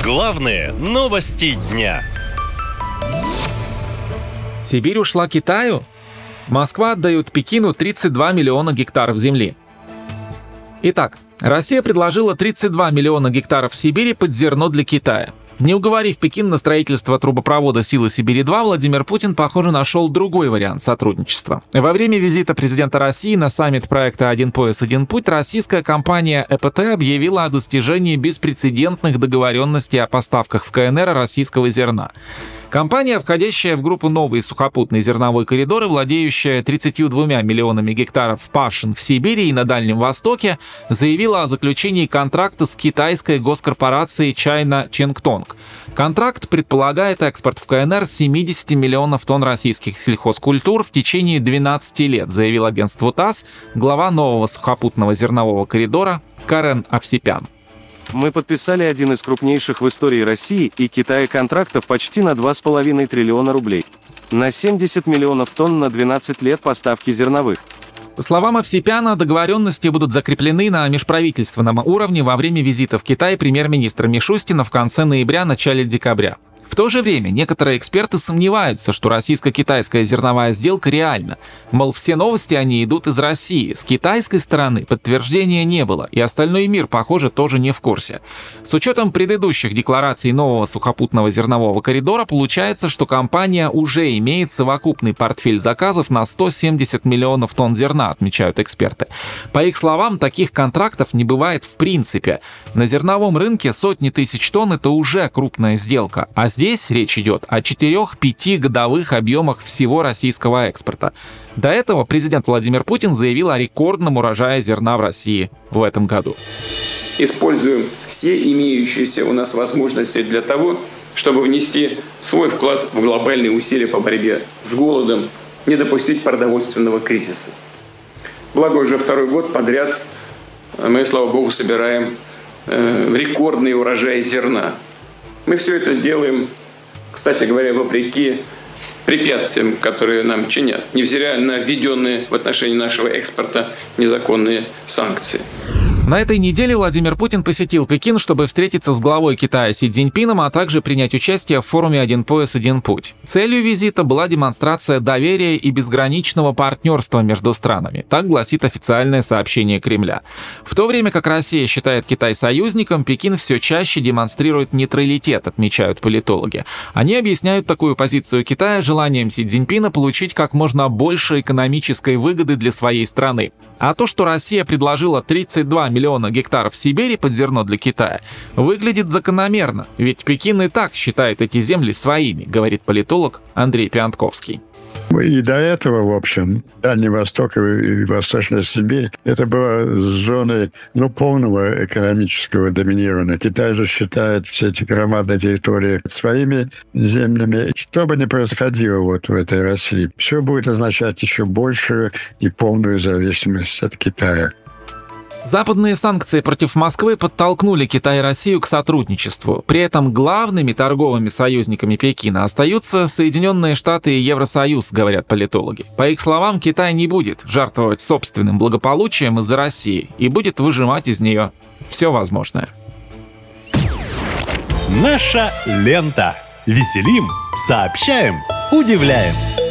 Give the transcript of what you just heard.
Главные новости дня. Сибирь ушла Китаю? Москва отдает Пекину 32 миллиона гектаров земли. Итак, Россия предложила 32 миллиона гектаров Сибири под зерно для Китая. Не уговорив Пекин на строительство трубопровода «Силы Сибири-2», Владимир Путин, похоже, нашел другой вариант сотрудничества. Во время визита президента России на саммит проекта «Один пояс, один путь» российская компания ЭПТ объявила о достижении беспрецедентных договоренностей о поставках в КНР российского зерна. Компания, входящая в группу «Новые сухопутные зерновые коридоры», владеющая 32 миллионами гектаров пашин в Сибири и на Дальнем Востоке, заявила о заключении контракта с китайской госкорпорацией China Chengtong. Контракт предполагает экспорт в КНР 70 миллионов тонн российских сельхозкультур в течение 12 лет, заявил агентству ТАСС глава нового сухопутного зернового коридора Карен Овсепян. Мы подписали один из крупнейших в истории России и Китая контрактов почти на 2,5 триллиона рублей. На 70 миллионов тонн на 12 лет поставки зерновых. По словам Овсепяна, договоренности будут закреплены на межправительственном уровне во время визита в Китай премьер-министра Мишустина в конце ноября-начале декабря. В то же время некоторые эксперты сомневаются, что российско-китайская зерновая сделка реальна. Мол, все новости о ней идут из России. С китайской стороны подтверждения не было, и остальной мир, похоже, тоже не в курсе. С учетом предыдущих деклараций нового сухопутного зернового коридора, получается, что компания уже имеет совокупный портфель заказов на 170 миллионов тонн зерна, отмечают эксперты. По их словам, таких контрактов не бывает в принципе. На зерновом рынке сотни тысяч тонн — это уже крупная сделка, а здесь речь идет о 4-5 годовых объемах всего российского экспорта. До этого президент Владимир Путин заявил о рекордном урожае зерна в России в этом году. Используем все имеющиеся у нас возможности для того, чтобы внести свой вклад в глобальные усилия по борьбе с голодом, не допустить продовольственного кризиса. Благо, уже второй год подряд мы, слава богу, собираем рекордный урожай зерна. Мы все это делаем, кстати говоря, вопреки препятствиям, которые нам чинят, невзирая на введенные в отношении нашего экспорта незаконные санкции. На этой неделе Владимир Путин посетил Пекин, чтобы встретиться с главой Китая Си Цзиньпином, а также принять участие в форуме «Один пояс, один путь». Целью визита была демонстрация доверия и безграничного партнерства между странами. Так гласит официальное сообщение Кремля. В то время как Россия считает Китай союзником, Пекин все чаще демонстрирует нейтралитет, отмечают политологи. Они объясняют такую позицию Китая желанием Си Цзиньпина получить как можно больше экономической выгоды для своей страны. А то, что Россия предложила 32 миллиона гектаров Сибири под зерно для Китая, выглядит закономерно, ведь Пекин и так считает эти земли своими, говорит политолог Андрей Пиантковский. И до этого, в общем, Дальний Восток и Восточная Сибирь — это была зоной полного экономического доминирования. Китай же считает все эти громадные территории своими землями. Что бы ни происходило в этой России, все будет означать еще большую и полную зависимость от Китая. Западные санкции против Москвы подтолкнули Китай и Россию к сотрудничеству. При этом главными торговыми союзниками Пекина остаются Соединенные Штаты и Евросоюз, говорят политологи. По их словам, Китай не будет жертвовать собственным благополучием из-за России и будет выжимать из нее все возможное. Наша лента. Веселим, сообщаем, удивляем.